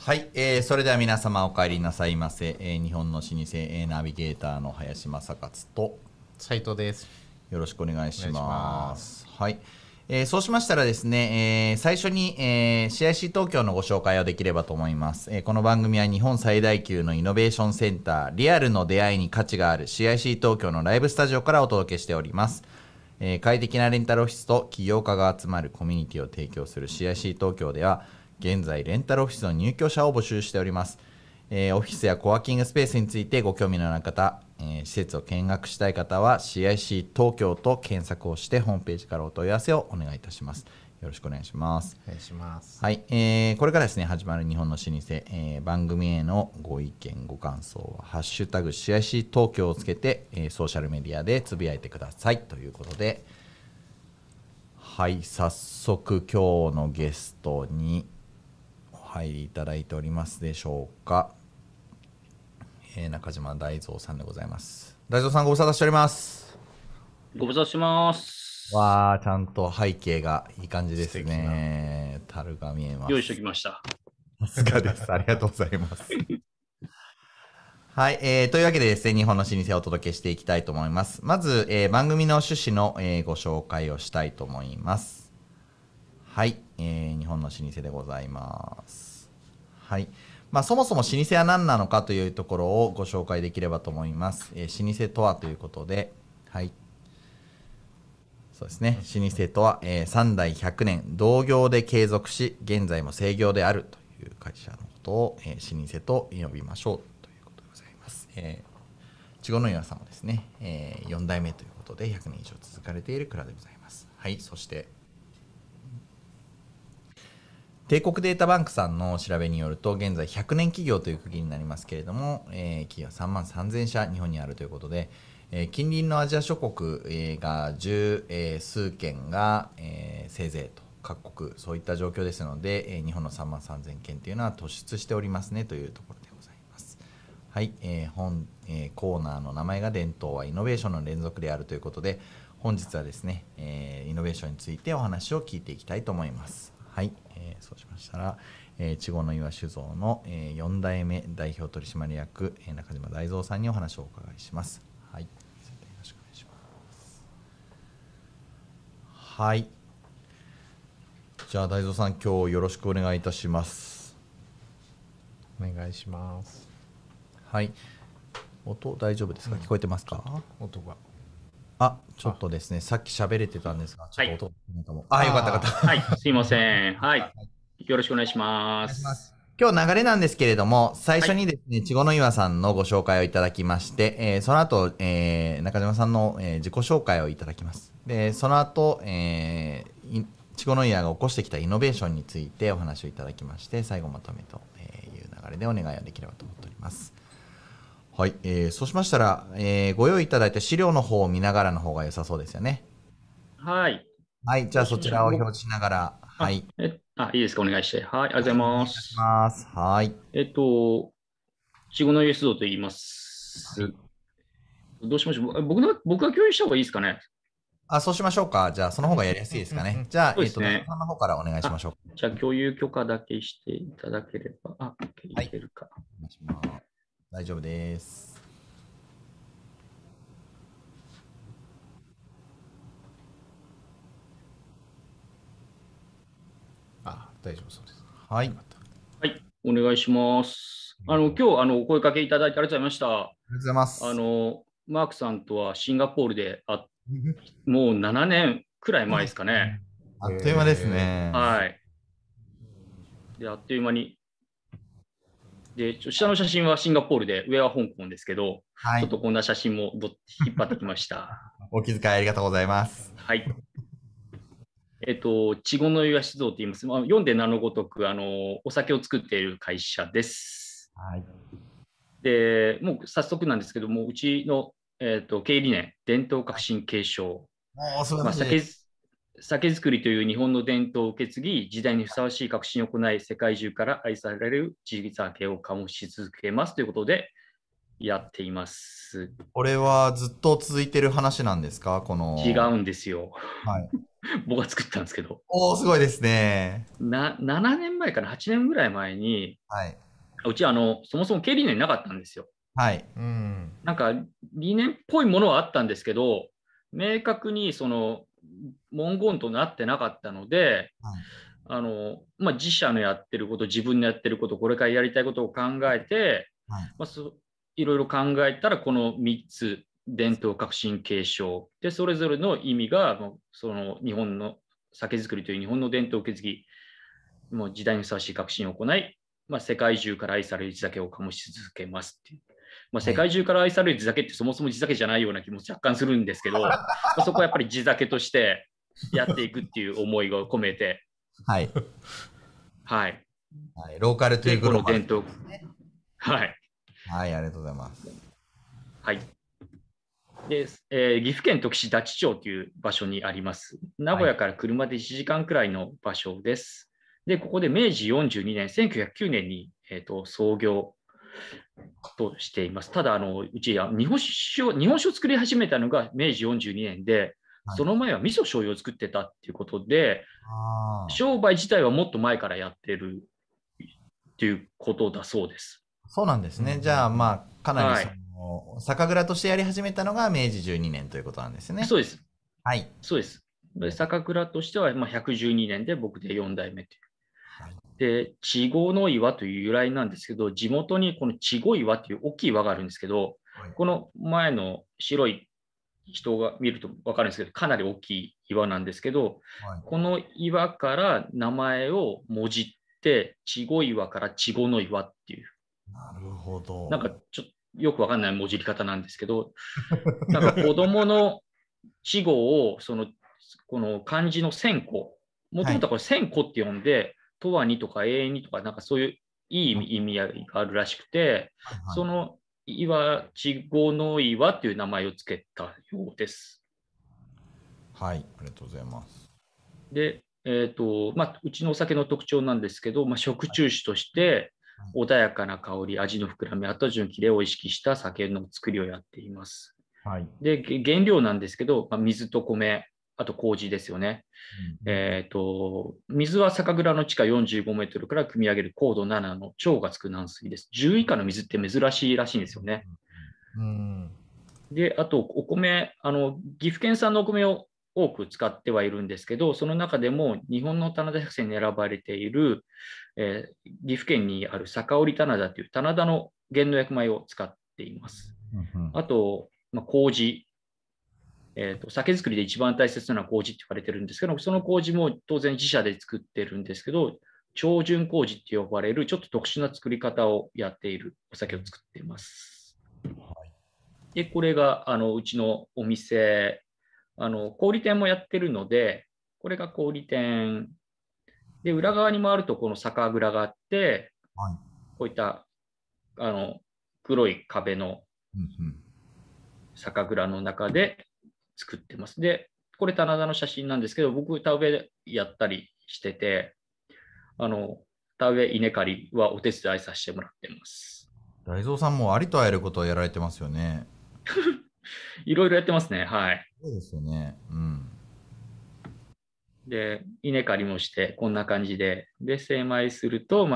はい、それでは皆様お帰りなさいませ。日本の老舗、ナビゲーターの林正勝と斉藤です。 よろしくお願いしお願いしまます。 す。はい、そうしましたらですね、最初に、CIC 東京のご紹介をできればと思います。この番組は日本最大級のイノベーションセンター、リアルの出会いに価値がある CIC 東京のライブスタジオからお届けしております。快適なレンタルオフィスと起業家が集まるコミュニティを提供する CIC 東京では、現在レンタルオフィスの入居者を募集しております。オフィスやコワーキングスペースについてご興味のある方、施設を見学したい方は CIC 東京と検索をしてホームページからお問い合わせをお願いいたします。よろしくお願いします。 お願いします。 はい、これからですね始まる日本の老舗、番組へのご意見ご感想はハッシュタグ CIC 東京をつけて、ソーシャルメディアでつぶやいてくださいということで、はい、早速今日のゲストにお入りいただいておりますでしょうか。中島大蔵さんでございます。大蔵さんご無沙汰しております。 ご無沙汰します。 わー、ちゃんと背景がいい感じです素ね。樽が見えます。 用意しておきました。 さすがです。ありがとうございます。はい、というわけでですね、日本の老舗をお届けしていきたいと思います。まず、番組の趣旨の、ご紹介をしたいと思います。はい、日本の老舗でございます。はい。そもそも老舗は何なのかというところをご紹介できればと思います。老舗とはということで、はい。そうですね。老舗とは、3代100年、同業で継続し、現在も制業であるという会社のことを、老舗と呼びましょうということでございます。稚児の岩さんもですね、4代目ということで100年以上続かれている蔵でございます。はい。そして、帝国データバンクさんの調べによると現在100年企業という区切りになりますけれども、企業3万3000社日本にあるということで、近隣のアジア諸国、が十、数件が、せいぜいと各国そういった状況ですので、日本の3万3000件というのは突出しておりますねというところでございます。はい、コーナーの名前が伝統はイノベーションの連続であるということで、本日はですね、イノベーションについてお話を聞いていきたいと思います。はい、そうしましたら、稚児の岩酒造の、4代目代表取締役、中島大蔵さんにお話をお伺いします。はい、よろしくお願いします。はい、じゃあ大蔵さん今日よろしくお願いいたします。 お願いします。 はい、音大丈夫ですか？聞こえてますか？ 音が。 ちょっとですね、さっき喋れてたんですが、ちょっと音が聞こえないかも。 はい、 よかったよかった。 はい、すいません。はい。よろしくお願いします。 今日流れなんですけれども、最初にですね、稚児の岩さんのご紹介をいただきまして、その後、中島さんの、自己紹介をいただきます。で、その後、稚児の岩が起こしてきたイノベーションについてお話をいただきまして、最後まとめという流れでお願いをできればと思っております。はい、そうしましたら、ご用意いただいた資料の方を見ながらの方が良さそうですよね。 はい。 はい、じゃあそちらを表示しながら、はい。 いいですか、お願いして。はい、ありがとうございます。 はい。 稚児のイエスドと言います。どうしましょう。僕が共有した方がいいですかね。 そうしましょうか。じゃあ、その方がやりやすいですかね。じゃあ、 そうですね。 大蔵さんの方からお願いしましょう。 じゃあ、共有許可だけしていただければ。いけるか。 大丈夫です。 大丈夫そうです。 はい。 はい、お願いします。今日お声かけいただいてありがとうございました。ありがとうございます。 マークさんとはシンガポールでもう7年くらい前ですかね。 あっという間ですね。 はい。で、あっという間に。で、下の写真はシンガポールで、上は香港ですけど、ちょっとこんな写真も引っ張ってきました。 お気遣いありがとうございます。 はい。稚児の岩酒造と言います。読んで名のごとく、お酒を作っている会社です。 はい。 で、もう早速なんですけども、うちの、経営理念、伝統革新継承。酒造りという日本の伝統を受け継ぎ、時代にふさわしい革新を行い、世界中から愛される地域酒を醸し続けますということでやっています。 これはずっと続いてる話なんですか？ 違うんですよ。 はい。 僕が作ったんですけど、 おー、すごいですね。 7年前から8年ぐらい前に、 はい。 うちそもそも経営理念なかったんですよ。 はい。 うん。 なんか理念っぽいものはあったんですけど、明確にその文言となってなかったので、 はい。 自社のやってること、自分のやってること、これからやりたいことを考えて、 はい。 まあ、いろいろ考えたら、この3つ、伝統革新継承で、それぞれの意味が、その日本の酒造りという日本の伝統を受け継ぎ、もう時代にふさわしい革新を行い、世界中から愛される地酒を醸し続けますっていう。世はい。 界中から愛される地酒ってそもそも地酒じゃないような気も若干するんですけど、そこはやっぱり地酒としてやっていくっていう思いを込めて、 はい。 はい。 はい。ローカルといで、こうグローバル。 の伝統、はい。 はい、ありがとうございます。 はい。で、岐阜県土岐市立町という場所にあります。名はい。 古屋から車で1時間くらいの場所です。で、ここで明治42年、1909年に、創業としています。ただ、うち日本酒を作り始めたのが明治42年で、 はい。 その前は味噌醤油を作ってたっていうことで、 あ商売自体はもっと前からやってるっていうことだそうです。 あ、そうなんですうん。うね。じゃあ、 ん。 まあ、かなりはい。 酒蔵としてやり始めたのが明治12年ということなんですね。 そうです。 はい。 そうです。で酒蔵としては112年で僕で4代目という。 はい。 で、稚児の岩という由来なんですけど、地元にこの稚児岩という大きい岩があるんですけど、 はい。 この前の白い人が見ると分かるんですけど、かなり大きい岩なんですけど、 はい。 この岩から名前をもじって、稚児岩から稚児の岩っていう、 なるほど。 なんかちょっとよく分かんないもじり方なんですけど、なんか子供の稚語を、この漢字の千個、もとはい。 もとはこれ千個って呼んで、とわにとか永遠にとか、なんかそういういうん。 い意味合いがあるらしくて、 はい。はい。 その稚語の岩っていう名前をつけたようです。 はい。ありがとうございます。 で、うちのお酒の特徴なんですけど、食はい。 中酒としてはい。 穏やかな香り、味の膨らみ、後味の切れを意識した酒の作りをやっています。 はい。 で、原料なんですけど、水と米、あと麹ですよね。 うん。うん。 水は酒蔵の地下45メートルから汲み上げる高度7の超がつく軟水です。10以下の水って珍しいらしいんですよね。 うん。 で、あと、お米、岐阜県産のお米を多く使ってはいるんですけど、その中でも日本の棚田百選に選ばれている、岐阜県にある酒織棚田という棚田の原の薬米を使っています。 うん。うん。 あと、麹、酒造りで一番大切なのは麹って言われてるんですけど、その麹も当然自社で作ってるんですけど、超純麹って呼ばれるちょっと特殊な作り方をやっているお酒を作っています。 はい。 で、これがうちのお店、小売店もやってるので、これが小売店で、裏側に回るとこの酒蔵があって、 はい。 こういったあの黒い壁のうん。うん。 酒蔵の中で作ってます。で、これ棚田の写真なんですけど、僕、田植えやったりしてて、田植え稲刈りはお手伝いさせてもらってます。 大蔵さんもありとあらゆることをやられてますよね。 いろいろやってますね。はい。 そうですよね。うん。 で、稲刈りもして、こんな感じで、で、精米すると、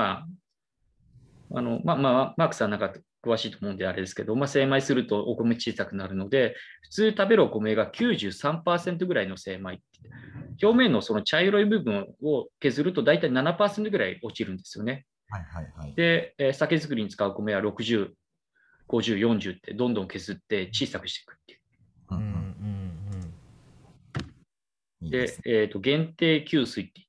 マークさんなんか詳しいと思うんであれですけど、精米するとお米小さくなるので、普通食べるお米が93%ぐらいの精米。表面のその茶色い部分を削ると大体7%ぐらい落ちるんですよね。 はい。はい。はい。 で、酒造りに使う米は60、50、40ってどんどん削って小さくしていくっていう。 うん。 うん。ううん。 ん。 で、 いいですね。 限定給水って言って、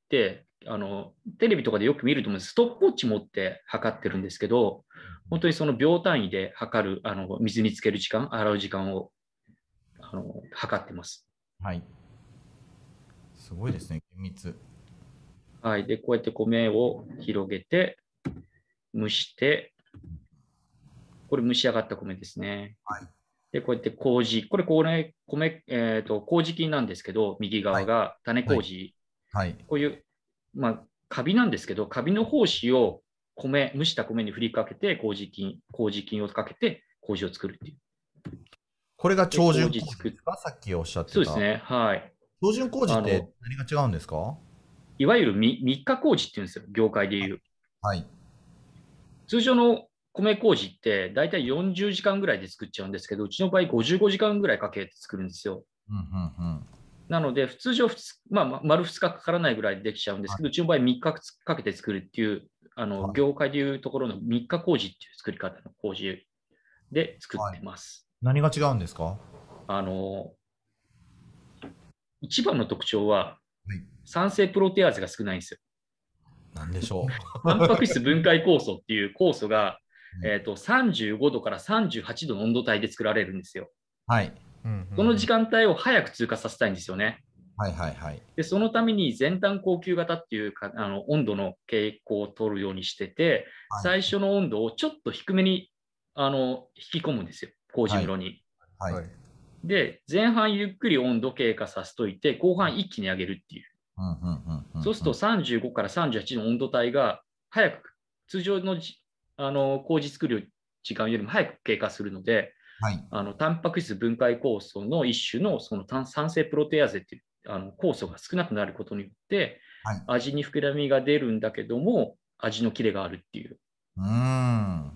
テレビとかでよく見ると思うんです。ストップウォッチ持って測ってるんですけど、本当にその秒単位で測る、水につける時間、洗う時間を、測ってます。 はい。すごいですね。厳密。 はい。で、こうやって米を広げて、蒸して、これ蒸し上がった米ですね。 はい。 で、こうやって麹、これ米、麹菌なんですけど、右はい。 側が種はい。 麹、 はい。 こういう、カビなんですけど、カビの胞子を蒸した米に振りかけて、麹菌をかけて、麹を作るっていう。 これがで、 超純麹作っ麹ですか？さっきおっしゃってた。 そうですね。はい。 標準工事ってあの、 何が違うんですか？ いわゆる3日工事っていうんですよ、業界でいう。 はい。 通常の米麹って大体40時間ぐらいで作っちゃうんですけど、うちの場合55時間ぐらいかけて作るんですよ。 うんうんうん。 なので、普通上丸2日かからないぐらいでできちゃうんですけど、うちの場合3日かけて作るっていう、 はい。 業界でいうところの3日工事っていう作り方の工事で作っはい。 てます。 何が違うんですか？はあの、一番の特徴は、 い。 酸性プロテアーゼが少ないんですよ。 なんでしょタンパク質分解酵素っていう酵素が、 う。はい。 35度から38度の温度帯で作られるんですよ。 はい。 うんうんその時間帯を早く通過させたいんですよね。 はいはいはい。 で、そのために全端高級型っていうか温度の傾向を取るようにしてて、 はい。 最初の温度をちょっと低めに引き込むんですよ、麹はい。 室に。 はい。 はい。 で、前半ゆっくり温度経過させといて、後半一気に上げるっていう。 うんうんうんうんそうするとうん。 35から38の温度帯が早く、通常の麹作る時間よりも早く経過するので、 はい。 タンパク質分解酵素の一種のその酸性プロテアーゼっていう酵素が少なくなることによって、 はい。 味に膨らみが出るんだけども、味のキレがあるっていう、 うーん。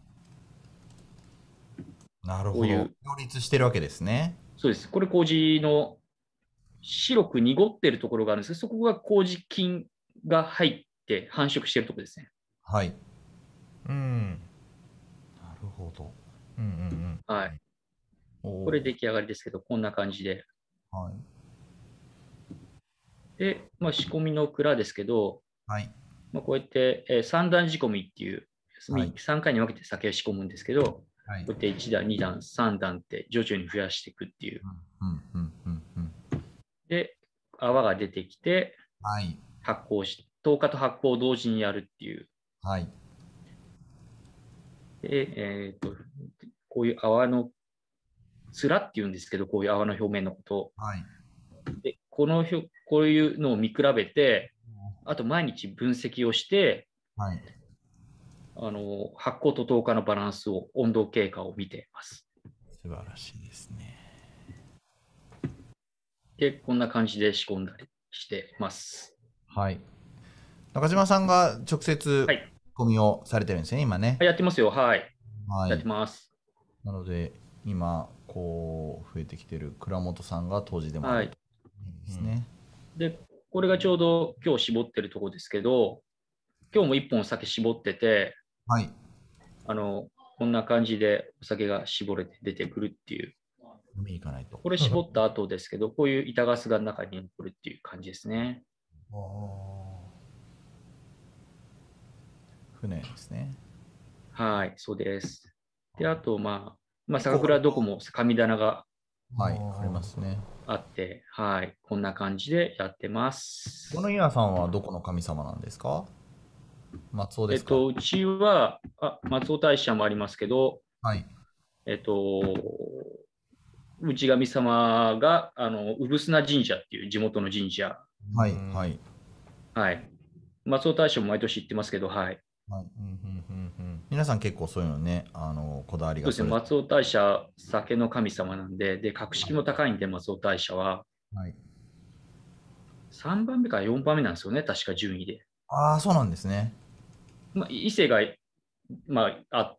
なるほど。 こういう、 両立してるわけですね。 そうです。これ麹の白く濁ってるところがあるんですけど、そこが麹菌が入って繁殖してるところですね。 はい。 うん。 なるほど。 うんうんはい。 おお。 これ出来上がりですけど、こんな感じで。 はい。 で、仕込みの蔵ですけど、 はい。 こうやって、三段仕込みっていう、 はい。 3回に分けて酒を仕込むんですけど、こはい。 うやって1段、2段、3段って徐々に増やしていくっていう。 うんうんうんうんうん。 で、泡が出てきて、 はい。 発酵し、10日と発酵を同時にやるっていう。 はい。 で、こういう泡の面っていうんですけど、こういう泡の表面のことを。 はい。 で、こういうのを見比べて、あと毎日分析をして、 はい。 発酵と糖化のバランスを、温度経過を見ています。 素晴らしいですね。 で、こんな感じで仕込んだりしてます。 はい。中島さんが直接はい。 込みをされてるんですね、今ね。 やってますよ。はい。やってはい。 ます。 なので、今、こう、増えてきてる倉本さんが当時でもあはい。 るとうん。 ですね。 で、これがちょうど今日絞ってるところですけど、今日も1本お酒絞ってて、 はい。 あの、こんな感じでお酒が絞れて出てくるっていう。 飲みに行かないと。 これ絞った後ですけど、こういう板ガスが中に残るっていう感じですね。 あー船ですね。 はい、そうです。で、あと、 結構、 酒蔵どこも神棚がはい、ありますね。 あって、はい、こんな感じでやってまこのす。 稲さんはどこの神様なんですか？松尾ですか？ うちは、松尾大社もありますけど、 はい。 えっと、内神様が、産砂神社っていう地元の神社。 はい、 うん。 はい。 はい。松尾大社も毎年行ってますけど、はい。 はい。 うんうんうんうん。 皆さん結構そういうのね、こだわりそうですね、 がそれ。 松尾大社、酒の神様なんで、で、格式も高いんで、松尾大社は、 はい。 3番目から4番目なんですよね、確か順位で。 ああ、そうなんですね。 伊勢が、あって、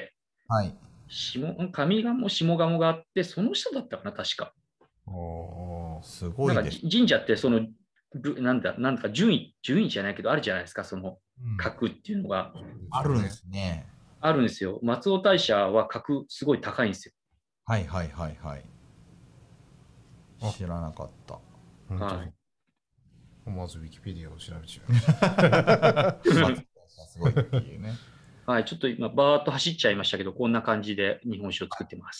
はい。 上賀茂、下賀茂があって、その下だったかな、確か。 おー。 すごなんかいです。 神社って、なんだか順位じゃないけど、あるじゃないですか、そのうん。 格っていうのがあるんですね。 あるんですよ。松尾大社は格すごい高いんですはいはいはいはい。 あ、 知らなかった。 よ。 本当だ。 はい。 思わずウィキペディアを調べちゃいました。 松尾すごいっていうね。 はい、ちょっと今、バーッと走っちゃいましたけど、こんな感じで日本酒を作ってます。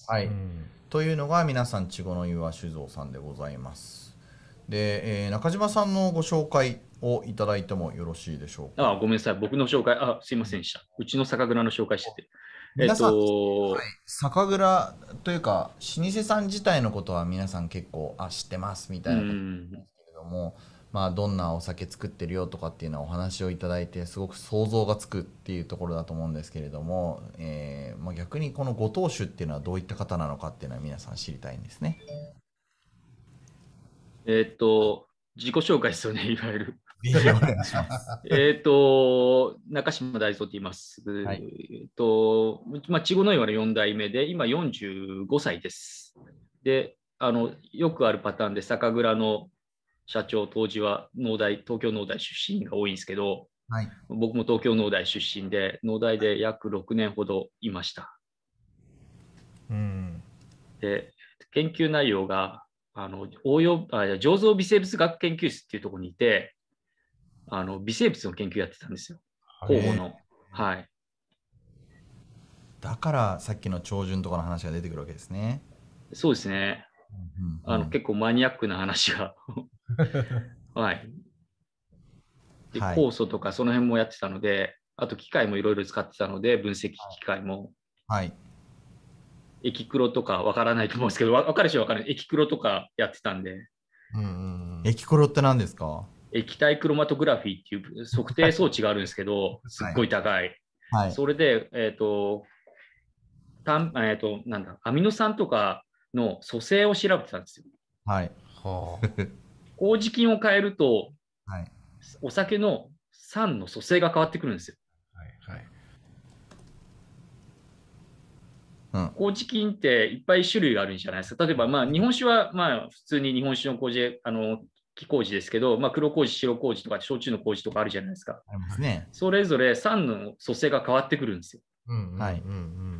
はい。 うん。 というのが皆さん、稚児の岩酒造さんでございます。で、中島さんのご紹介をいただいてもよろしいでしょうか。 ごめんなさい。僕の紹介、すいませんでした。うちの酒蔵の紹介してて。 皆さん、酒蔵というか、老舗さん自体のことは皆さん結構、知ってますみうたいなことなんん、 ですけれども、まあ、どんなお酒作ってるよとかっていうのはお話をいただいて、すごく想像がつくっていうところだと思うんですけれども、逆にこのご当主っていうのはどういった方なのかっていうのは皆さん知りたいんですね。 自己紹介ですよね、いわゆる。 ぜひお願いします。 中島大蔵って言います。 はい。 稚児の岩の4代目で、今45歳です。で、よくあるパターンで、酒蔵の社長、当時は東京農大出身が多いんですけど、 はい。 僕も東京農大出身で、農大で約6年ほどいました。 うん。 で、研究内容が、醸造微生物学研究室っていうところにいて、微生物の研究やってたんですよ。 はい。 酵母の。はい。 だからさっきの超順とかの話が出てくるわけですね。 そうですね。 うんうんうん。 結構マニアックな話がはい。で、 はい。 酵素とかその辺もやってたので、あと機械もいろいろ使ってたので、分析機械も、 はい。 エキクロとかわからないと思うんですけど、わかる人はわかる。エキクロとかやってたんで、 うんうんエキコロって何ですか？ 液体クロマトグラフィーっていう測定装置があるんですけど、すっはい。 ごい高い。 はい。 それで、アミノ酸とかの組成を調べてたんですよ。 はい。 は麹菌を変えると、 はい。 お酒の酸の組成が変わってくるんですよ。 あ。はいはい。 うん。 麹菌っていっぱい種類があるんじゃないですか。例えば、まあ、日本酒は、まあ、普通に日本酒の麹、木麹ですけど、まあ、黒麹、白麹とか、焼酎の麹とかあるじゃないですか。 ありますね。 それぞれ酸の組成が変わってくるんですよ。 うんうんうんはい。 うん。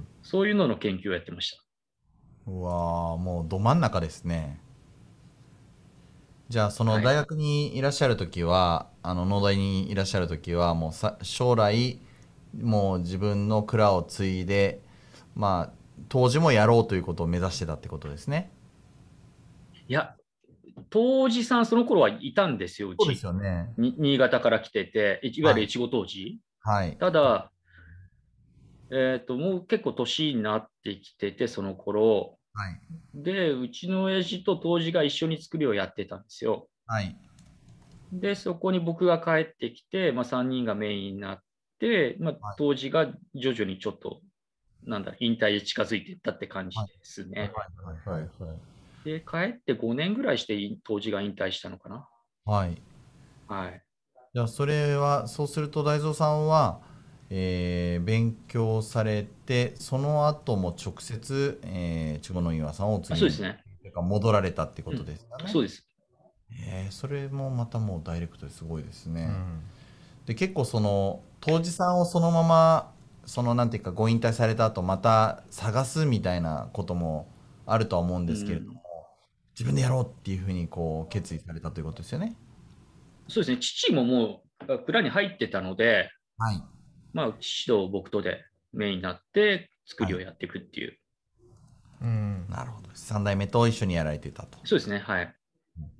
そういうのの研究をやってました。 うわー、もうど真ん中ですね。じゃあ、そのはい。 大学にいらっしゃるときは、農大にいらっしゃるときは、もう将来、もう自分の蔵を継いで、まあ、当時もやろうということを目指してたってことですね。 いや、当時さん、その頃はいたんですよ、うそうですち。 よね。 新潟から来てて、いわゆはい。 る越後当時。 はい。 ただ、もう結構年になってきてて、その頃。 はい。 で、うちの親父と当時が一緒に作りをやってたんですよ。 はい。 で、そこに僕が帰ってきて、まあ、3人がメインになって、まあ、 はい。 当時が徐々にちょっと、引退に近づいていったって感じはい。 ですね。 はい。 はいはい。 で、帰って5年ぐらいして当時が引退したのかな。 はい。 はい。 じゃあ、それは、そうすると大蔵さんは、勉強されて、その後も直接、千葉の岩さんを次に、 そうですね。 というか戻られたってことうん。 ですかね。 そうです。 それもまたもうダイレクトですごいですね。 うん。 で、結構その、当時さんをそのまま、その、なんていうか、ご引退された後、また探すみたいなこともあるとは思うんですけれども、 うん。 自分でやろうっていうふうに、こう、決意されたということですよね。 そうですね。父ももう蔵に入ってたので、 はい。 まあ、父と僕とでメインになって作はい。 りをやっていくっていう。 うん。 なるほど。三代目と一緒にやられてたと。 そうですね。はい。 うん、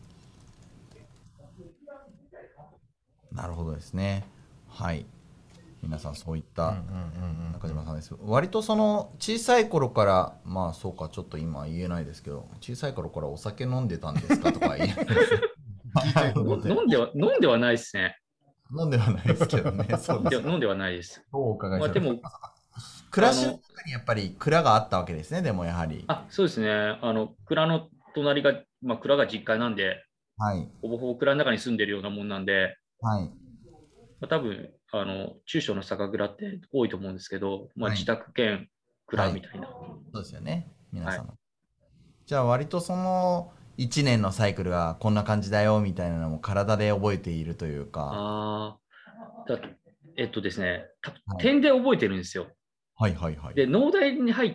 なるほどですね。はい。皆さんそういったうんうんうん中うんうん。 島さんです。割とその小さい頃から、まあそうか、ちょっと今言えないですけど、小さい頃からお酒飲んでたんですかとかは言えないですね。 聞いちゃいけない。 飲んではないですね。 飲んではないですけどね。そうですよね。 飲んではないです。 どうお伺いしよう。 まあでも、 暮らしのあの、 中にやっぱり蔵があったわけですね、でもやはり。 そうですね。蔵の隣が、まあ蔵が実家なんで、 はい。 ほぼほぼ蔵の中に住んでるようなもんなんで、 はい。 まあ、多分、中小の酒蔵って多いと思うんですけど、まあ自はい。 宅兼はい。 蔵みたいな。 そうですよね。皆はい。 様。じゃあ割とその1年のサイクルがこんな感じだよみたいなのも体で覚えているというか。 ああ、ですね、 はい。 点で覚えてるんですよ。 はいはいはい。 で、農大に入って、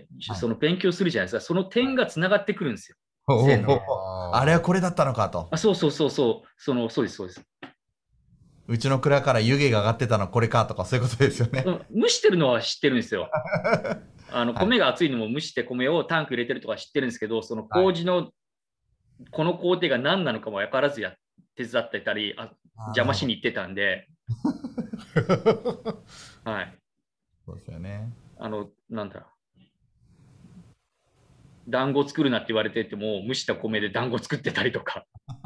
はい。 その勉強するじゃないですか。その点がつながってくるんですよ。 お線で。 お、あれはあこれだったのかと。 そうそうそうそう。そうです、そうです。 うちの蔵から湯気が上がってたのこれかとかそういうことですよね。 蒸してるのは知ってるんですよ。 はい。 米が熱いのも蒸して米をタンク入れてるとか知ってるんですけど、そのはい。 麹のこの工程が何なのかも分からず手伝ってたり、 ああ、 邪なるほど。 魔しに行ってたんで、 あ。 はい。 そうですよね。 なんだ、団子作るなって言われてても、蒸した米で団子作ってたりとか、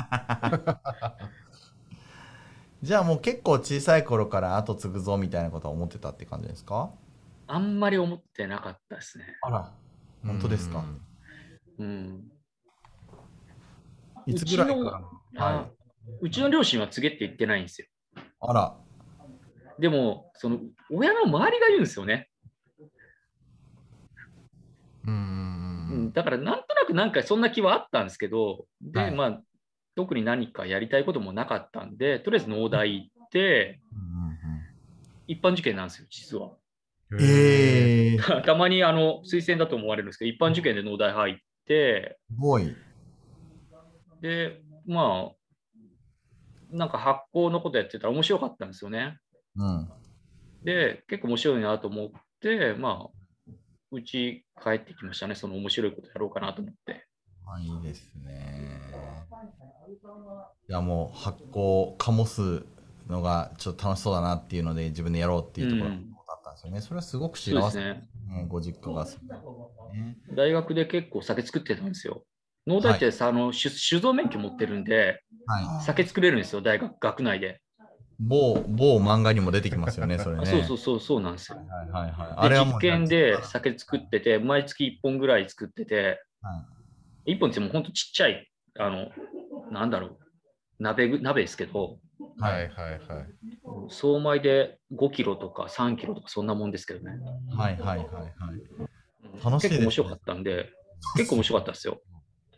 じゃあもう結構小さい頃から後継ぐぞみたいなことは思ってたって感じですか？ あんまり思ってなかったですね。 あら、 う本当ですか？ ん。 うん。 いうつぐらいからはあうちの両親は告げって言ってないんですよ。 あら、 でも、その親の周りが言うんですよね。だからなんとなくなんかそんな気はあったんですけど、で、 はいまあ、特に何かやりたいこともなかったんで、とりあえず農大行って、一般受験なんですよ、実は。 えー、すたまに推薦だと思われるんですけど、一般受験で農大入って、 ごい。 で、まあ、なんか発酵のことやってたら面白かったんですよね。 うん。 で、結構面白いなと思って、まあ、うち帰ってきましたね。その面白いことやろうかなと思って。 いいですね。いや、もう発酵、醸すのがちょっと楽しそうだなっていうので、自分でやろうっていうところだったんですよね。それはすごく幸そうでせすね。 ね、ご実家がそうね。 大学で結構酒作ってたんですよ。農大はい。 ってさ、酒造免許持ってるんで、 はい。 酒作れるんですよ、学内で。 某漫画にも出てきますよね、それそうね。 そうそう、そうなんですよ。 はいはいはい。あで、 れはもうじゃあ、 実験で酒作ってて、毎月1本ぐらい作ってて、 は 1本ってもうほんとちっちゃい、なんだろう、鍋ですけど、 い。ははいい。 はいはい。 総米で5キロとか3キロとかそんなもんですけどね。 はいはいはいはい。楽しいですね。 結構面白かったんで、結構面白かったですよ。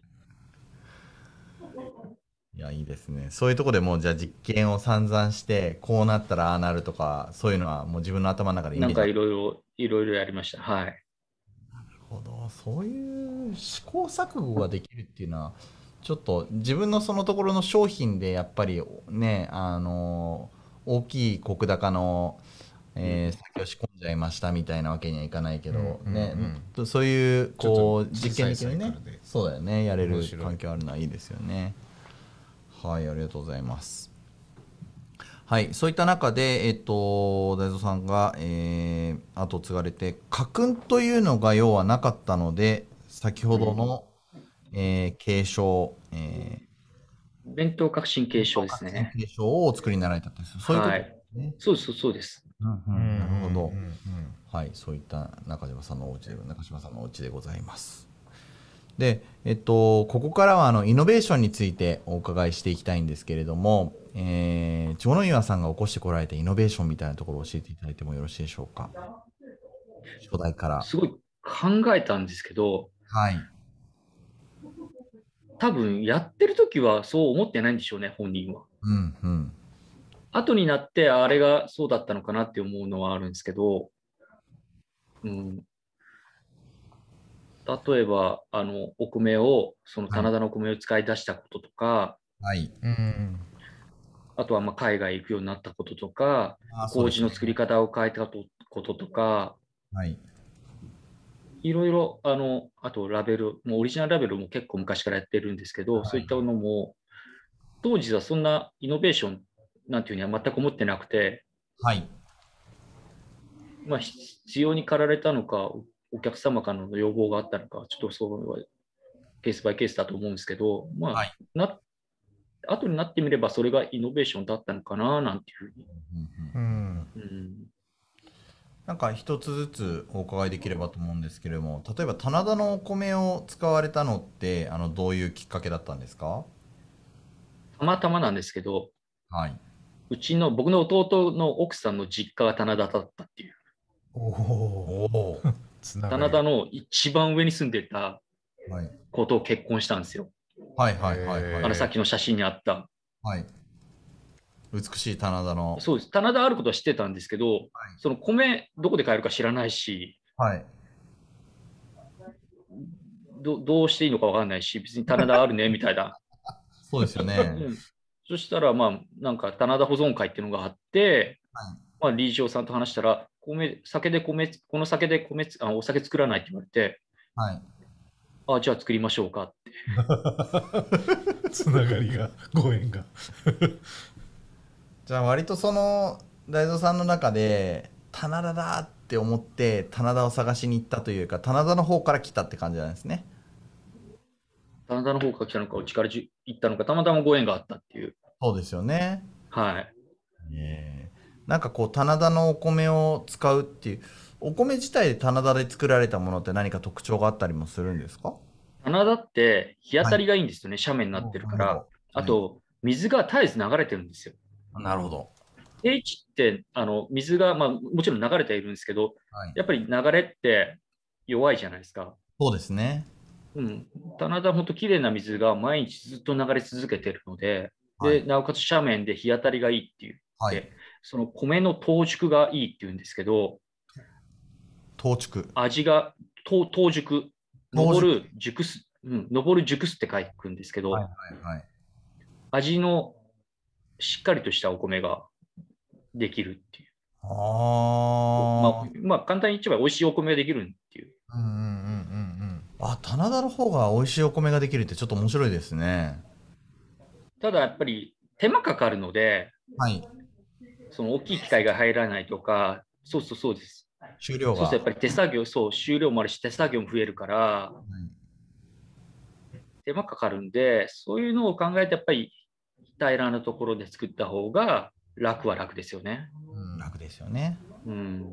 いや、いいですね。そういうところでもう、じゃあ実験を散々して、こうなったらああなるとか、そういうのはもう自分の頭の中でイなんかメージある。 いろいろやりました。はい。 なるほど。そういう試行錯誤ができるっていうのは、ちょっと自分のそのところの商品でやっぱりね、大きい石高の、 うん、 酒を仕込んじゃいましたみたいなわけにはいかないけど、 うんね、 うん。 そういうちょっとこう実験小さいサ的にね、 イクルでそうだよね、やれる面白い。 環境あるのはいいですよね。はい、ありがとうございます。はい、そういった中で、大蔵さんが、後継がれて、家訓というのが要はなかったので、先ほうん、 どの、継承、 伝統革新継承です伝統革新ね。 継承をお作りになられたという、そういうことではい。 すね。 そうです、そうです。 うんうん、なるほど。 うんはい、そういった中島さんのお家でございます。で、ここからはイノベーションについてお伺いしていきたいんですけれども、千野岩さんが起こしてこられたイノベーションみたいなところを教えていただいてもよろしいでしょうか。初代から。 すごい考えたんですけど、 はい。 多分やってる時はそう思ってないんでしょうね、本人は。 うんうん。 後になってあれがそうだったのかなって思うのはあるんですけど、うん、例えば、お米を、そのはい。 棚田のお米を使い出したこととか、 はい。 うん。 あとはまあ海外行くようになったこととか、 そうですね。 麹の作り方を変えたこととか、 はい。 いろいろ、あとラベル、もうオリジナルラベルも結構昔からやってるんですけど、そういったのも、当時はそんなイノベーションなんていうには全く思ってなくて、 はい。 まあ、必要に駆られたのか、お客様からの要望があったのか、ちょっとそうはケースバイケースだと思うんですけど、まあ、 はい。 後になってみればそれがイノベーションだったのかな、なんていうふうに。 うんうん。 うん。 うん、 なんか一つずつお伺いできればと思うんですけれども、例えば棚田のお米を使われたのって、どういうきっかけだったんですか？ たまたまなんですけど、 はい。 僕の弟の奥さんの実家が棚田だったっていう。 おお。 おお。 つながりが。 棚田の一番上に住んでたはい。 子と結婚したんですよ。 はいはいはいはい。 さっきの写真にあった。 はい。美しい棚田の。 そうです。棚田あることは知ってたんですけど、その米どこで買えるか知らないし、 はい。 どうしていいのかわかんないし、別に棚田あるね、みたいな。 そうですよね。 うん。そしたら、まあ、なんか棚田保存会っていうのがあって、 はまあ、理事長さんと話したら、この酒でお酒作らないって言われて、 い。はい。 じゃあ作りましょうかって。 つながりが、ご縁が。 じゃあ割とその大蔵さんの中で棚田だって思って棚田を探しに行ったというか棚田の方から来たって感じなんですね。 棚田の方から来たのか、うちから行ったのか、たまたまご縁があったっていう。 そうですよね。 はい。 なんかこう棚田のお米を使うっていうお米自体で棚田で作られたものって何か特徴があったりもするんですか？ 棚田って日当はい。 たりがいいんですよね、斜面になってるから。 なるほど。はい。 あと、水が絶えず流れてるんですよ。 なるほど。 平地って水が、まあ、もちろん流れてはいるんですけど、 はい。 やっぱり流れって弱いじゃないですか。 そうですね。 うん。棚田、本当きれいな水が毎日ずっと流れ続けてるので、で、 はい。 なおかつ斜面で日当たりがいいっていう。 はい。 で、その米の等熟がいいっていうんですけど、 当築。 味が、等熟、 当熟。 登る、熟す、登る熟すって書くんですけはいど、 はいはい。 味のしっかりとしたお米ができるっていう。 あまあ、簡単に言っちゃえば美味しいお米ができるっていう。 うんうんうんうんあ。あ、棚田の方が美味しいお米ができるってちょっと面白いですね。 ただやっぱり手間かかるので、 はい。 その大きい機械が入らないとか、そうです。 終了が。 そうするとやっぱり手作業、終了もあるし、手作業も増えるから、手間かかるんで、そういうのを考えてやっぱり平らなところで作った方が楽は楽ですよね。 うん、楽ですよね。 うん。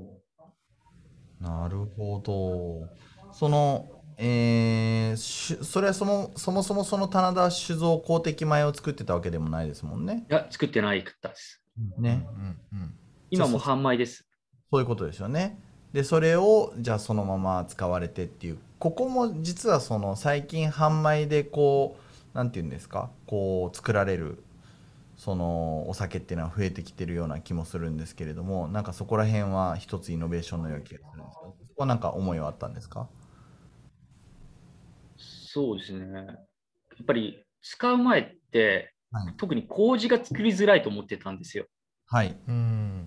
なるほど。その、それはそもそもその棚田酒造公的米を作ってたわけでもないですもんね。 いや、作ってないかったです。 うんうんね。 うんじゃあ今も販売です。 そういうことですよね。で、それをじゃあそのまま使われてっていう、ここも実はその最近販売でこう、なんていうんですか、こう作られるそのお酒っていうのは増えてきてるような気もするんですけれども、なんかそこら辺は一つイノベーションのような気がするんですけど、そこはなんか思いはあったんですか？ そうですね。やっぱり使う前って、 はい。 特に麹が作りづらいと思ってたんですよ。 はい。 うん。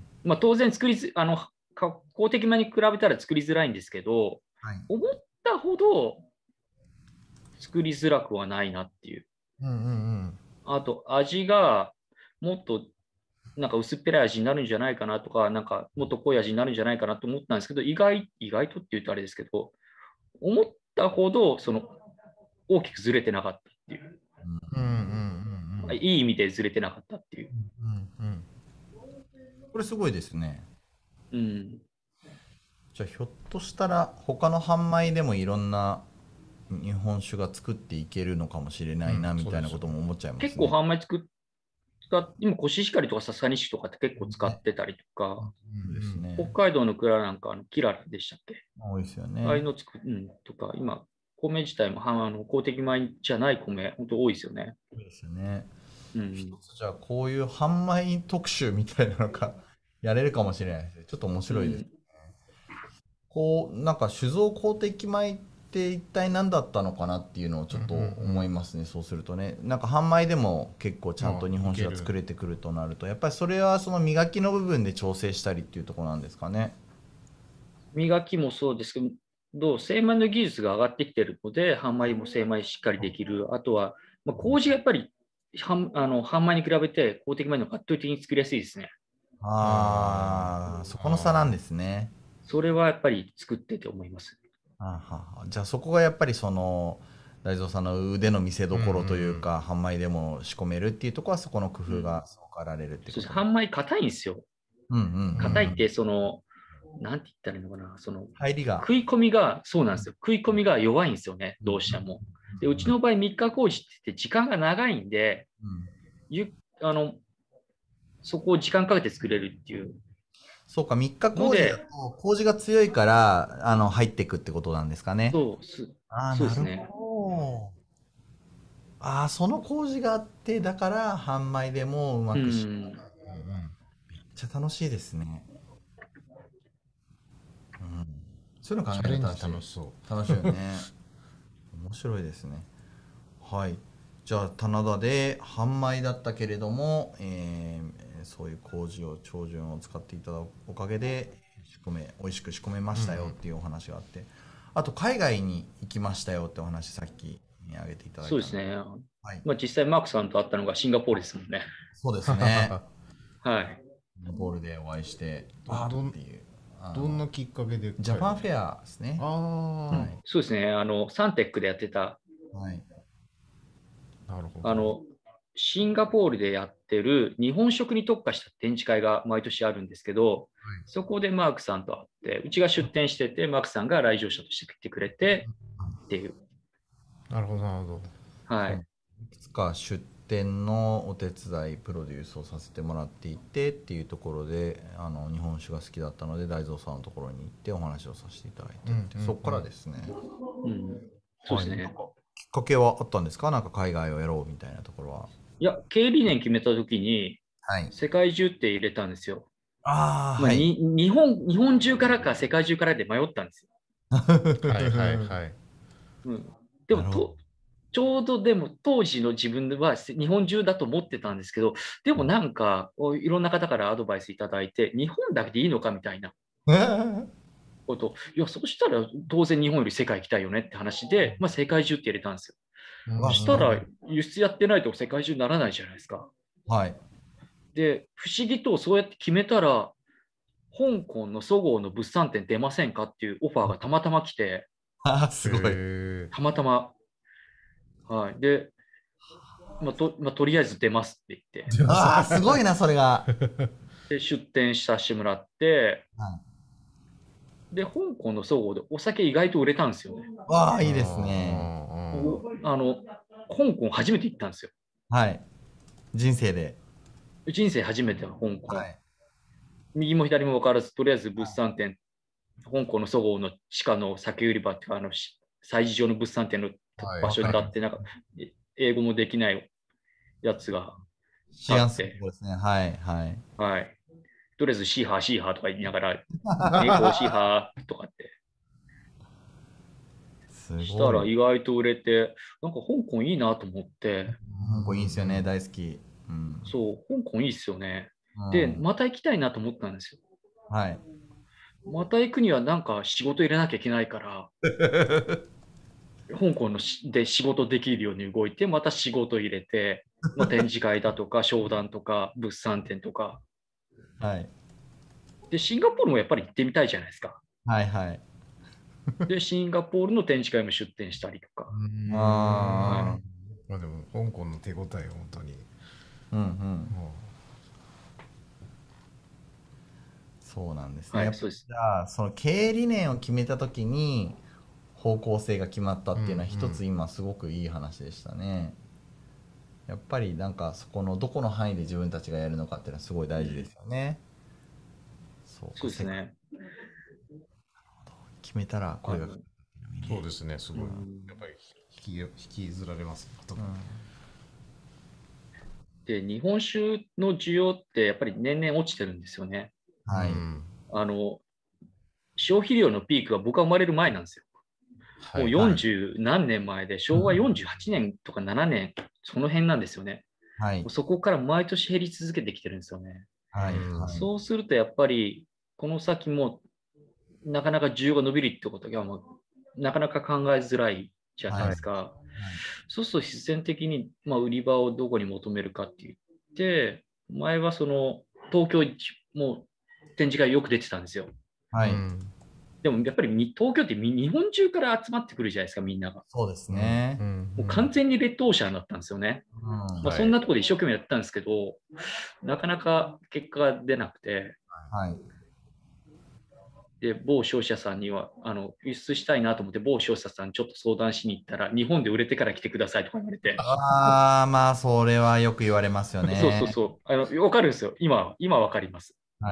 まあ、当然作りず、公的米に比べたら作りづらいんですけど、 はい。 思ったほど作りづらくはないなっていう。 うんうんあと、味がもっとなんか薄っぺらい味になるんじゃないかなとか、なんかもっと濃い味になるんじゃないかなと思ったんですけど、意外とって言うとあれですけど、思ったほど大きくずれてなかったっていう。 うんうんうんいい意味でずれてなかったっていう。 うんうんこれすごいですね。 うん。 じゃあひょっとしたら他の販売でもいろんな日本酒が作っていけるのかもしれないなみたいなそうですよね。 ことも思っちゃいま結構すね。 販売今コシヒカリとかササニシキとかって結構使ね。 ってたりとか、 そうです北ね。 海道の蔵なんかキララでしたっけ？ 多いですよああいうね。 のとか、今、米自体も公的米じゃない米、本当多いですよね。 多いですよね。一うん。 つじゃあこういう販売特集みたいなのがやれるかもしれないですね。ちょっと面白いです。 うん。 こう、なんか酒造公的米って一体何だったのかなっていうのをちょっと思いますね。そうするとね。なんか販売でも結構ちゃんまあ、 と日本いける。 酒が作れてくるとなると、やっぱりそれはその磨きの部分で調整したりっていうところなんですかね。 磨きもそうですけど、精米の技術が上がってきているので、販売も精米しっかりできる。あとは、まあ、麹がやっぱり販売に比べて公的米の方が圧倒的に作りやすいですね。 ああ、そこの差なんですね。 それはやっぱり作ってて思います。 あははじゃあそこがやっぱりその大蔵さんの腕の見せうんう所というんか販売でも仕込めるっていうところはそこの工うん。 夫がすごくあられるってそうです。 ことなん。 販売硬いんですよ。 うんうんうんうん。 硬いって、なんて言ったらいいのかな、 入りが。 食い込みが、そうなんですよ。食い込みが弱いんですよね、 うんどうしても。で、うちの場合、3日工事って言って時間が長いんで、 うん。 ゆあの、そこを時間かけて作れるっていうそうか、3日工事だとので、 麹が強いから入っていくってことなんですかね。ああ、なるそうですね。 ほど。ああ、その麹があってだから販売でもうまうくし。 ん。 めっちゃ楽しいですね。うん。そういうの考チャレンジえると楽しい。 楽しそ楽しいよね。面白いですね。はい。じゃあ、棚田で販売だったけれども、そういう麹を、長寿を使っていただくおかげで、美味しく仕込めまう。うんしたよっていうお話があって、あと、海外に行きましたよってお話、さっき挙げていただいたんで。 そうですね。 はい。 まあ、実際、マークさんと会ったのがシンガポールですもんね。 そうですね。 はい。 ボールでお会いして、あどんっていう、 どんなきっかけでジャパンフア。 ェアですね。 ああ、 はい。 そうですね。サンテックでやってた、 はい。 なるほど。 あの、シンガポールでやってる日本食に特化した展示会が毎年あるんですけど、そこでマークさんと会って、うちが出店してて、マークさんが来場者として来てくれてっていう。 なるほど、なるほど。 はい。 いくつか出店のお手伝いプロデュースをさせてもらっていてっていうところで日本酒が好きだったので大蔵さんのところに行ってお話をさせていただいてって、 うんうんうんそこからですね。 うん、そうですね。 きっかけはあったんですか？なんか海外をやろうみたいなところは。 いや、経営理念決めたときに、 はい。 世界中って入れたんですよ。 ああ、 まあ、 はい。 日本中からか世界中からで迷ったんですよ。 はいはいはい。 うん、でもなるほど。 ちょうどでも当時の自分は日本中だと思ってたんですけど、でもなんかいろんな方からアドバイスいただいて、日本だけでいいのかみたいなこと、いや、そしたら当然日本より世界行きたいよねって話で、まあ、世界中って入れたんですよ。 うんわ、すごい。 したら輸出やってないと世界中にならないじゃないですか。 はい。 で、不思議とそうやって決めたら、香港のそごうの物産展出ませんかっていうオファーがたまたま来て、 ああ、すごい。 へたまたま、はい。で、とりあえず出ますって言って、 ああ、すごいな、それが。 で、出店させてもらって、 はいで、香港のそごうでお酒意外と売れたんですよね。 わあ、 ーいいですね。 香港初めて行ったんですよ。 はい。人生で。 人生初めての香港。 はい。 右も左も分からず、とりあえず物産展、香港のそごうの地下の酒売り場っていうか、催事場の物産展のはい場所に立って、なんか、英語もできないやつが立治安するとって、 ころですね。はい、はい。 はい。とりあえずシーハー、シーハーとか言いながら、ネイコーシーハーとかって、 すしたごい。 ら意外と売れて、なんか香港いいなと思って、 香港いいですよね、大好き。うん。 そう、香港いいっすよね。で、 うん。 また行きたいなと思ったんですよ。 はい。 また行くにはなんか仕事入れなきゃいけないから、香港で仕事できるように動いて、また仕事入れて、まあ、展示会だとか、商談とか、物産展とか。 はい。 で、シンガポールもやっぱり行ってみたいじゃないですか。 はい、はい。 で、シンガポールの展示会も出展したりとか。 ああ。 まあでも香港の手応え本当に、 うんうん。 もそうなんですね。 はい、 やっぱそうです。 じゃあ、その経営理念を決めたときに、方向性が決まったっていうのは一つ今すごくいい話でしたね。やっぱりなんかそこのどこの範囲で自分たちがやるのかっていうのはすごい大事ですよね。そうか、 そうですね。 決めたら声がかかあの、 るっていうのうそうですね、すごい。 うん、 やっぱり引きずられますね。 で、日本酒の需要ってやっぱり年々落ちてるんですよね。 はい。 あの、消費量のピークが僕が生まれる前なんですよ。もうはいはい。 40何年前で、昭和48年とか7年、その辺なんですよね。 はい。 そこから毎年減り続けてきてるんですよね。 はい。 うんはい。 そうするとやっぱり、この先もなかなか需要が伸びるってことがもうなかなか考えづらいじゃないはい。 ですか。そうすると必然的に、まあ、売り場をどこに求めるかって言って、前はその東京も展示会よく出てたんですよ。 はい。 うんでもやっぱり東京って日本中から集まってくるじゃないですか、みんなが。 そうですね。 もう完全にレッドオーシャンだったんですよね。 うん。 まあ、そんなところで一生懸命やってたんですけど、なかなか結果が出なくて、 はい。 で、某商社さんには、輸出したいなと思って、某商社さんにちょっと相談しに行ったら、日本で売れてから来てくださいとか言われて、 ああ、まあ、それはよく言われますよそうそうね。 そう、わかるんですよ。今わかります。 はい。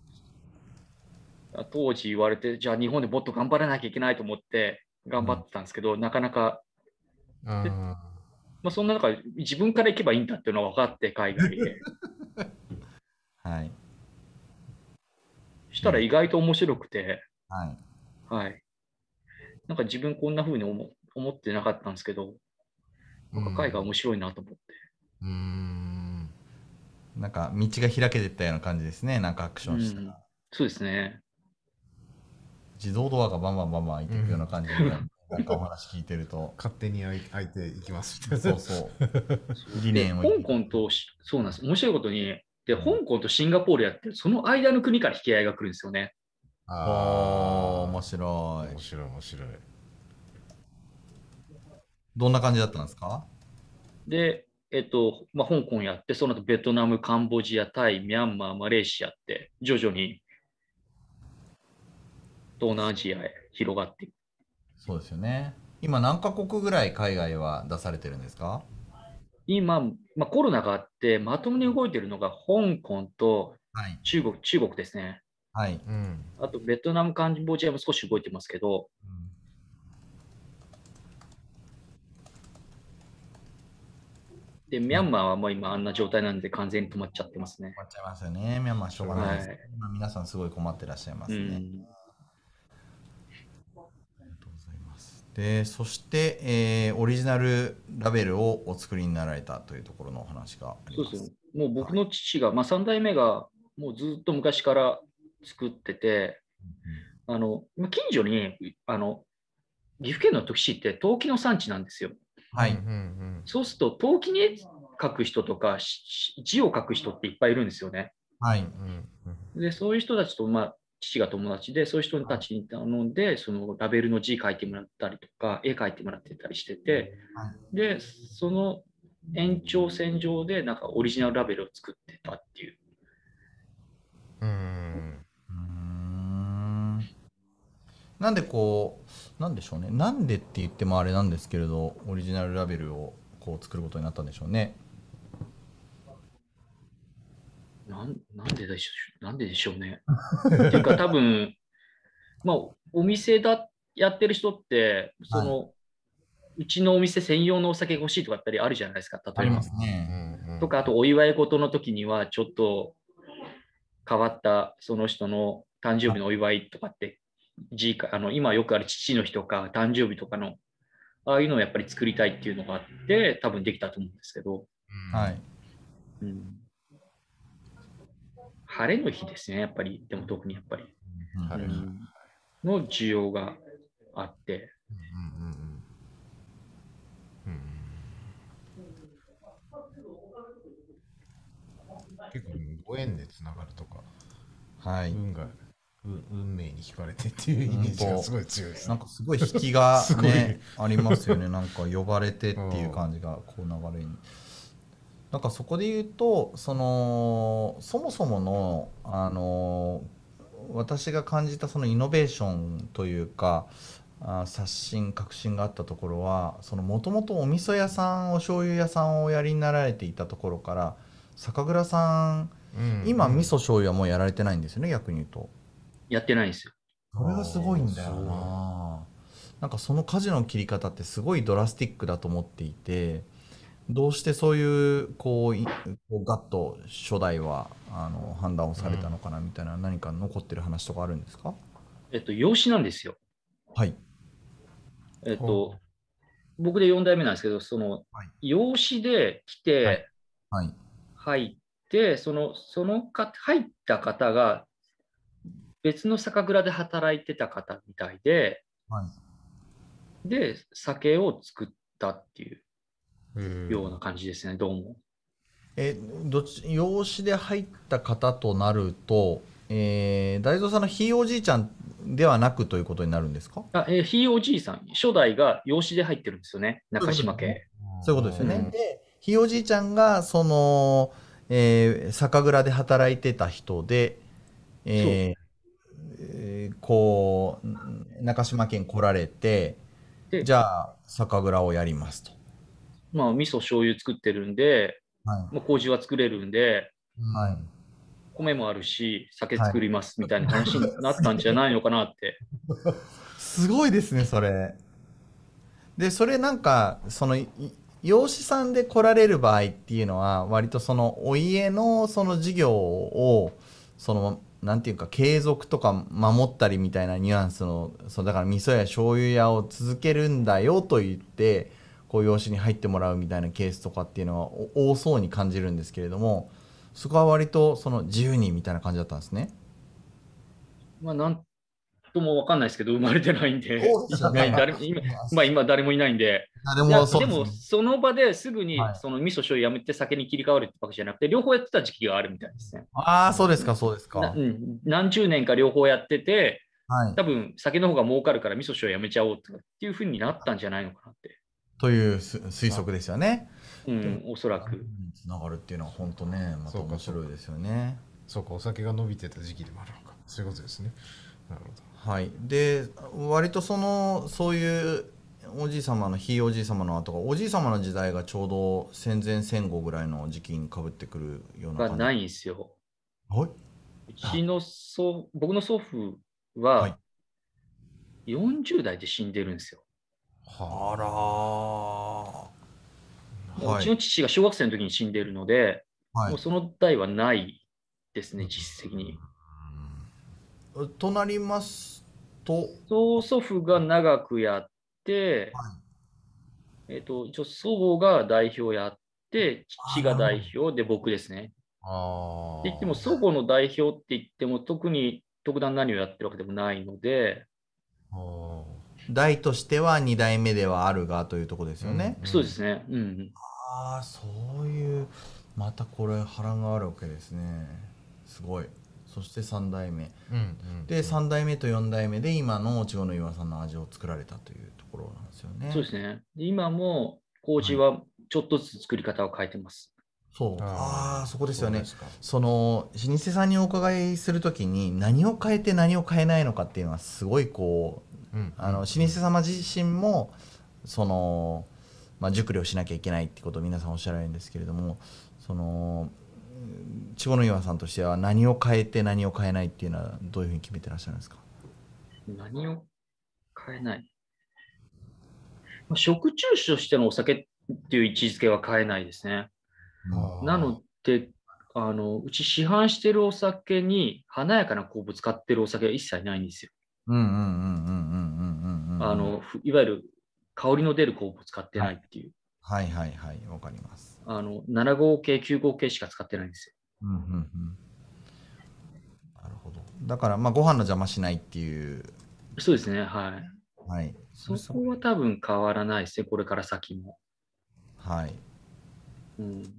当時言われて、じゃあ日本でもっと頑張らなきゃいけないと思って頑張ってたんですけど、なかなか、であまあ、そんな中、自分から行けばいいんだっていうのは分かって、海外へ。 はい。 したら意外と面白くて、 はい。 はい。なんか自分こんな風に思ってなかったんですけど、なんか海外面白いなと思って。 なんか道が開けてったような感じですね。なんかアクションしたうん、 ら。 そうですね。 自動ドアがバンバンバンバン開いていくような感じになる。なんかお話聞いてると。 勝手に開いていきますみたいな。 そうそう。理で、 念を香港と、そうなんです。面白いことに、で、香港とシンガポールやってる、その間の国から引き合いが来るんですよね。 おー、面白い。 面白い面白い。 どんな感じだったんですか？ で、まあ、香港やって、その後ベトナム、カンボジア、タイ、ミャンマー、マレーシアって、徐々に東南アジアへ広がっていく。 そうですよね。 今何カ国ぐらい海外は出されてるんですか？ 今、コロナがあって、まともに動いてるのが香港とはい。 中国ですね。 はい。 うん。 あと、ベトナム、カンボジアも少し動いてますけど、で、ミャンマーはもう今あんな状態なんで完全に止まっちゃってますね。 困っちゃいますよね。ミャンマーしょうがないです。 はい。 今皆さんすごい困ってらっしゃいまうすね。 ん。 ありがとうございます。で、そして、オリジナルラベルをお作りになられたというところのお話がありそうですね。 ます。 もう僕はい。 の父が、3代目がもうずっと昔から作ってて、近所に、岐阜県の土岐市って陶器の産地なんですよ。 はい。 そうすると、陶器に絵描く人とか、字を書く人っていっぱいいるんですよね。 はい。 で、そういう人たちと、父が友達で、そういう人たちに頼んで、そのラベルの字書いてもらったりとか、絵描いてもらってたりしてて、 はい。 で、その延長線上で、なんかオリジナルラベルを作ってたっていう。 うん。 うーん。なんでこなんでしょうね。なんでって言ってもあれなんですけれど、オリジナルラベルをこう作ることになったんでしょうね。 なんででしょうね。っていうか、多分、お店やってる人って、 はい。 うちのお店専用のお酒が欲しいとかったりあるじゃないですか、例えば。 ありますね。 とか、あとお祝い事の時には、ちょっと変わったその人の誕生日のお祝いとかって、今よくある父の日とか誕生日とかの、ああいうのをやっぱり作りたいっていうのがあって、多分できたと思うんですけど、 はい。 うん、晴れの日ですね、やっぱり、でも特にやっぱり、 うんはいはい。 うん、の需要があって、 結構ご縁でつながるとか、 はい。 運が、運命に惹かれてっていうイメうんと、 ージがすごい強いですね。 なんかすごい引きがすごい。 ね、ありますよね。なんか呼ばれてっうていうん。 感じが、こう流れに。なんかそこで言うと、そもそもの、私が感じたそのイノベーションというか、刷新、革新があったところは、もともとお味噌屋さん、お醤油屋さんをおやりになられていたところから、酒蔵さん、 うん。 今味噌醤油はもうやられてないんですよね、逆に言うと。 やってないんですよ。 それがすごいんだよすごい。 な。なんかその舵の切り方ってすごいドラスティックだと思っていて、どうしてそういうこうガッと初代は判断をされたのかなみたいな、何か残ってる話とかあるんですか？ 養子なんですよ。 はい。 えっほと、僕で4代目なんですけど、 はい。 養子で来はい。 て、 はい。 入って、入った方が別の酒蔵で働いてた方みたいで、 はい。 で、酒を作ったっていうう。 ような感じですね、どうも。 え、養子で入った方となると、大蔵さんのひいおじいちゃんではなくということになるんですか？ ひいおじいさん、初代が養子で入ってるんですよね、 そうい中うことですよね。 島家。 そういうことですよね。 うん。 で、ひいおじいちゃんが、酒蔵で働いてた人で、 そえこう、中島県来られて、 う。で、 じゃあ、酒蔵をやりますと。 味噌醤油作ってるんで、 はい。 麹は作れるんで、 はい。 米もあるし、酒はい。 作りますみたいな話になったんじゃないのかなって。 すごいですね、それ。で、それなんか、養子さんで来られる場合っていうのは、割とお家のその事業を、なんていうか、継続とか守ったりみたいなニュアンスの、だから味噌や醤油屋を続けるんだよと言って、こう養子に入ってもらうみたいなケースとかっていうのは多そうに感じるんですけれども、そこは割と自由にみたいな感じだったんですね。 なんともわかんないですけど、生まれてないんで、 そうですよね。 今誰もいないんで、 誰もそうでも、 ですね。 その場ですぐに、 はい。 その味噌醤油やめて酒に切り替わるってわけじゃなくて、両方やってた時期があるみたいですね。 ああ、そうですか、そうですか。 何十年か両方やってて、 はい。 多分酒の方が儲かるから味噌醤油やめちゃおうっていうふうになったんじゃないのかなって。 という推あ、 測ですよね。でも、 おそらああいうく。 ふうにつながるっていうのは本当ね、またそうか、そうか。 面白いですよね。 そうか、お酒が伸びてた時期でもあるのか。そういうことですね。なるほはい。で、割とそういうおじい様のひいおじい様の後がおじい様の時代がちょうど戦前戦後ぐらいの時期にかぶってくるような感じ。 がないんですよ。 はい。 僕の祖父はい。 は40代で死んでるんですよ。 あらー。 もううちのはい。 父が小学生の時に死んでるので、 はい。 もうその代はないですね、 うん実質的に。 となりますと、 曽祖父が長くやって、 はい。 一応祖母が代表やって、 ああ、 父がなるほど。 代表で僕ですね。って言っても、 あ祖母の代表って言っても、特に特段何をやってるわけでもないので、 あ。あ代としては2代目ではあるがというところですあ。うよね。 そうでんすね。うん。 ああ、そういう、またこれ波乱があるわけですね。すごい。そして3代目。 うん。うんで、3代目と4代目で今の千代の岩さんの味を作られたというところなんですよね。 そうですね。で今も、 はい。 麹はちょっとずつ作り方を変えてます。 そう。ああ、 ああ、 そこですよね。 そうですか。 その、老舗さんにお伺いするときに何を変えて何を変えないのかっていうのはすごいこう、 うんうん老舗様自身も、その、熟慮しなきゃいけないってことを皆さんおっしゃられるんですけれども、その、千穂の岩さんとしては何を変えて何を変えないっていうのはどういうふうに決めてらっしゃるんですか？ 何を変えない。食中酒としてのお酒っていう位置づけは変えないですね。 うん。 なあので、うち市販してるお酒に華やかな酵母使ってるお酒は一切ないんですよ。 うんうんうんうんうんうんうんうんうん。 いわゆる香りの出る酵母を使ってはいないっていう。 はいはいはい、わかります。 7号系、9号系しか使ってないんですよ。 うんうんうん。なるほど。だからご飯の邪魔しないっていう。 そうですね。はい。 はい。それそすごい。 こは多分変わらないですね。これから先も。 はい。 うん。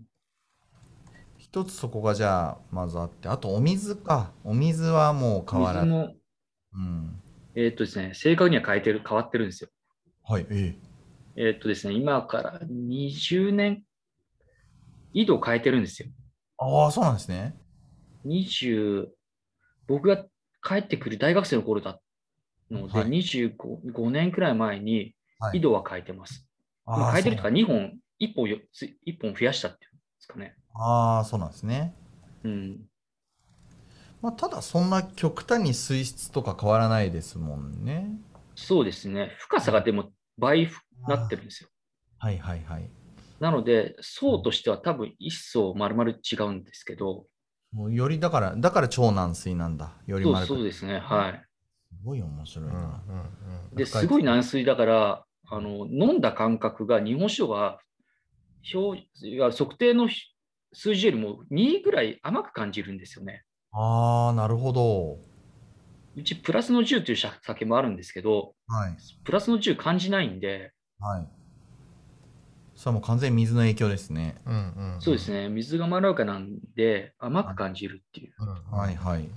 一つそこがじゃあまずあって、あとお水か。お水はもう変わらず。 水も、 うん。 ですね、正確には変わってるんですよ。 はい。ええ。 ですね、今から20年、緯度を変えてるんですよ。 ああ、そうなんですね。 20、僕が帰ってくる大学生の頃だので、 はい。 25、5年くらい前にはい。 緯度は変えてます。まあ、 ああ、 変えてるとかそうなん。 2本、1本増やしたっていうんですかね。 ああ、そうなんですね。 うん。 ただそんな極端に水質とか変わらないですもんね。 そうですね。深さがでも倍なってるんですよ。 はいはいはい。 なので、層としては多分一層丸々違うんですけど、 もうよりだから超軟水なんだ。よりそう丸く。すそうですね。はごい面白いあ。うんうんな。 い。で、すごい深いですね。 軟水だから、飲んだ感覚が日本酒がいや測定の数字よりも2ぐらい甘く感じるんですよね。 ああ、なるほど。 うちプラスの10という酒もあるんですけど、 はい。 プラスの10感じないんで、 はい。それはもう完全に水の影響ですね。 うんうんそうですね、水がまろやかなんで甘くはい感じるっていう。 うんうんうんはいはい。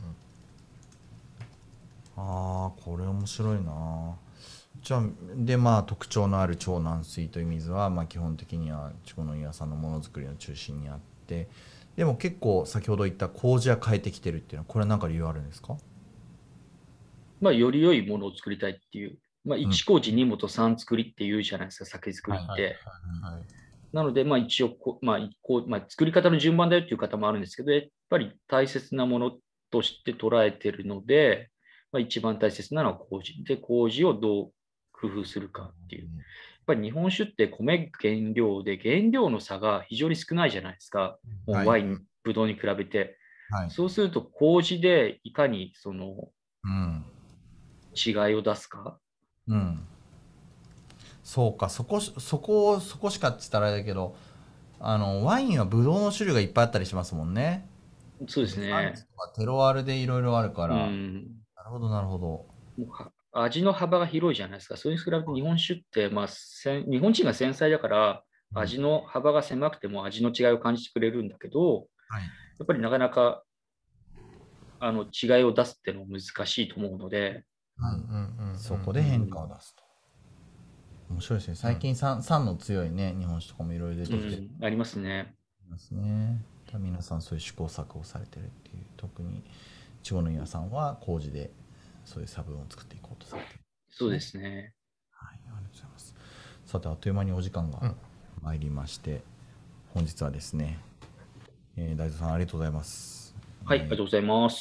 ああ、これ面白いな。じゃあ、で、特徴のある超軟水という水は、基本的には筑後岩さんのものづくりの中心にあって、でも結構先ほど言った麹は変えてきてるっていうのは、これは何か理由あるんですか？ まあ、より良いものを作りたいっていう。まあ、 うん。 1麹2元3作りっていうじゃないですか、酒造はい。 はいりって。 はいはい。 なので、まあ、一応作り方の順番だよっていう方もあるんですけど、やっぱり大切なものとして捉えてるので、まあ、一番大切なのは麹。で、麹をどう工夫するかっていう。やっぱり日本酒って米原料で、原料の差が非常に少ないじゃないですか。もはい。 うワイン、ブドウに比べて。 はい。 そうすると、麹でいかにそのうん。 違いを出すか。 うん。そうか、そこしかって言ったらあれだけど、ワインはブドウの種類がいっぱいあったりしますもんね。 そうでで、 すね。 産地とかテロワールでいろいろあるかうら、 ん。 なるほど、なるほど。 もう味の幅が広いじゃないですか。それに比べて日本酒って、まあ、日本人が繊細だから、 うん。 味の幅が狭くても味の違いを感じてくれるんだけど、 はい。 やっぱりなかなか違いを出すっていうのは難しいと思うので、 はい。 うんうんうんそこで変うん、 化を出すと。面白いですね。 うんうん。 最近酸の強いね、日本酒とかもいろいろ出てきてありますね。 ますね。皆さんそういう試行錯誤されてるっていう、特に千穂の岩さんは麹でそういう差分を作っていこうとされてるんですそうでね。 すね。 はい、ありがとうございます。 さてあっという間にお時間が参りまして、本日はですね、大蔵さんありがとうございます。 はい、ありがとうございます。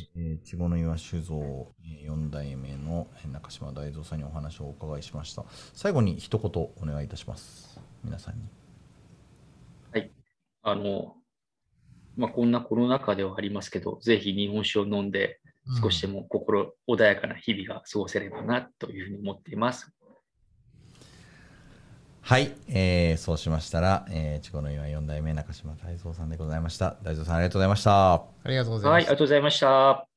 稚児の岩酒造4代目の中島大蔵さんにお話をお伺いしました。最後に一言お願いいたします。皆さんに。 はい。こんなコロナ禍ではありますけど、ぜひ日本酒を飲んで、少しでも心穏やかな日々が過ごせればなというふうに思っています。 はい、そうしましたら、稚児の岩4代目中島大蔵さんでございました。大蔵さんありがとうございました。 ありがとうございはい、あます。 りがとうございました。